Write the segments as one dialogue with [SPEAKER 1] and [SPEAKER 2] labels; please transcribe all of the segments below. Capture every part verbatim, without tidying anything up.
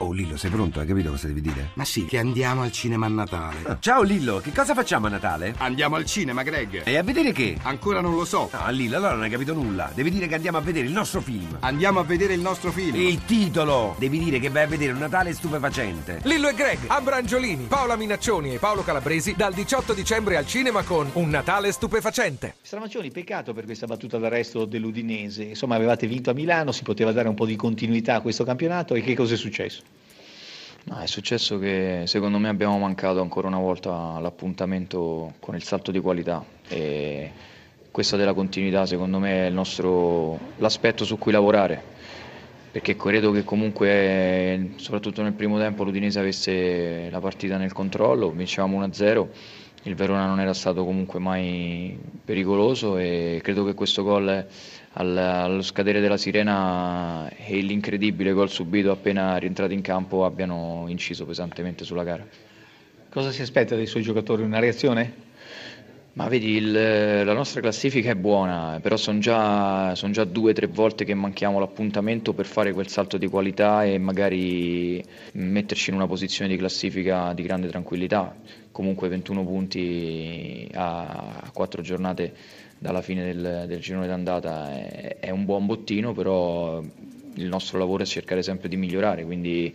[SPEAKER 1] Oh Lillo, sei pronto? Hai capito cosa devi dire?
[SPEAKER 2] Ma sì, che andiamo al cinema a Natale.
[SPEAKER 1] Ah, ciao Lillo, che cosa facciamo a Natale?
[SPEAKER 2] Andiamo al cinema, Greg.
[SPEAKER 1] E a vedere che?
[SPEAKER 2] Ancora non lo so.
[SPEAKER 1] No, Lillo, allora non hai capito nulla. Devi dire che andiamo a vedere il nostro film.
[SPEAKER 2] Andiamo a vedere il nostro film.
[SPEAKER 1] Il titolo! Devi dire che vai a vedere un Natale stupefacente.
[SPEAKER 3] Lillo e Greg, Ambra Angiolini, Paola Minaccioni e Paolo Calabresi dal diciotto dicembre al cinema con Un Natale stupefacente.
[SPEAKER 4] Stramaccioni, peccato per questa battuta d'arresto dell'Udinese. Insomma, avevate vinto a Milano, si poteva dare un po' di continuità a questo campionato e che cosa è successo?
[SPEAKER 5] No, è successo che secondo me abbiamo mancato ancora una volta l'appuntamento con il salto di qualità e questa della continuità secondo me è il nostro, l'aspetto su cui lavorare, perché credo che comunque soprattutto nel primo tempo l'Udinese avesse la partita nel controllo, vincevamo uno a zero, il Verona non era stato comunque mai pericoloso e credo che questo gol allo scadere della sirena e l'incredibile gol subito appena rientrati in campo abbiano inciso pesantemente sulla gara.
[SPEAKER 4] Cosa si aspetta dai suoi giocatori? Una reazione?
[SPEAKER 5] Ma vedi, il, la nostra classifica è buona, però sono già, son già due o tre volte che manchiamo l'appuntamento per fare quel salto di qualità e magari metterci in una posizione di classifica di grande tranquillità. Comunque ventuno punti a quattro giornate dalla fine del, del girone d'andata è, è un buon bottino, però il nostro lavoro è cercare sempre di migliorare, quindi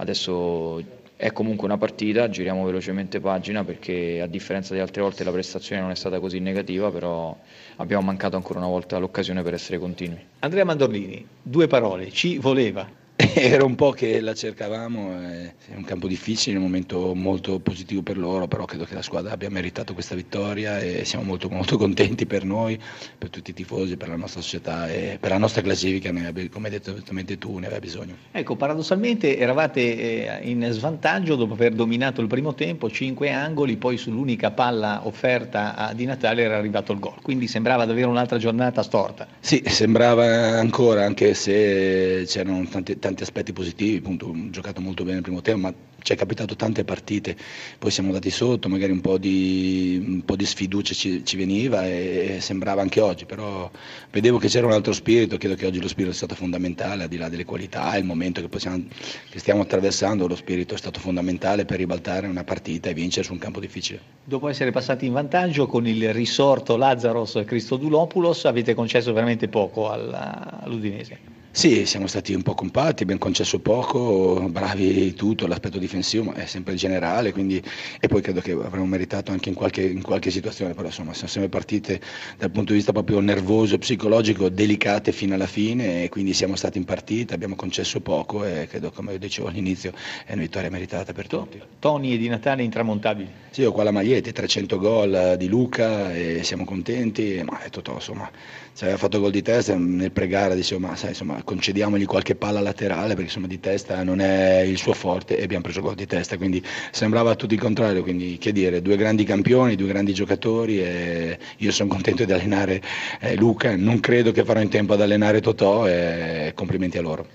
[SPEAKER 5] adesso è comunque una partita, giriamo velocemente pagina perché a differenza di altre volte la prestazione non è stata così negativa, però abbiamo mancato ancora una volta l'occasione per essere continui.
[SPEAKER 4] Andrea Mandorlini, due parole, ci voleva.
[SPEAKER 6] Era un po' che la cercavamo, è un campo difficile, un momento molto positivo per loro, però credo che la squadra abbia meritato questa vittoria e siamo molto, molto contenti per noi, per tutti i tifosi, per la nostra società e per la nostra classifica, come hai detto esattamente tu, ne aveva bisogno.
[SPEAKER 4] Ecco, paradossalmente eravate in svantaggio dopo aver dominato il primo tempo, cinque angoli, poi sull'unica palla offerta di Natale era arrivato il gol, quindi sembrava davvero un'altra giornata storta.
[SPEAKER 6] Sì, sembrava ancora, anche se c'erano tanti, tanti aspetti positivi, appunto, giocato molto bene il primo tempo, ma ci è capitato tante partite, poi siamo andati sotto, magari un po' di, un po' di sfiducia ci, ci veniva e sembrava anche oggi, però vedevo che c'era un altro spirito, credo che oggi lo spirito è stato fondamentale, al di là delle qualità, il momento che, possiamo, che stiamo attraversando, lo spirito è stato fondamentale per ribaltare una partita e vincere su un campo difficile.
[SPEAKER 4] Dopo essere passati in vantaggio con il risorto Lazzaros e Christodouloulos avete concesso veramente poco all'Udinese.
[SPEAKER 6] Sì, siamo stati un po' compatti, abbiamo concesso poco, bravi tutto, l'aspetto difensivo ma è sempre il generale, quindi, e poi credo che avremmo meritato anche in qualche, in qualche situazione, però insomma sono sempre partite dal punto di vista proprio nervoso e psicologico delicate fino alla fine e quindi siamo stati in partita, abbiamo concesso poco e credo, come dicevo all'inizio, è una vittoria meritata per tutti.
[SPEAKER 4] Toni e Di Natale intramontabili.
[SPEAKER 6] Sì, ho qua la maglietta, trecento gol di Luca e siamo contenti, ma è tutto, insomma, se aveva fatto gol di testa nel pregare dicevo ma sai, insomma, concediamogli qualche palla laterale perché insomma di testa non è il suo forte e abbiamo preso gol di testa, quindi sembrava tutto il contrario, quindi che dire, due grandi campioni, due grandi giocatori e io sono contento di allenare eh, Luca, non credo che farò in tempo ad allenare Totò e complimenti a loro.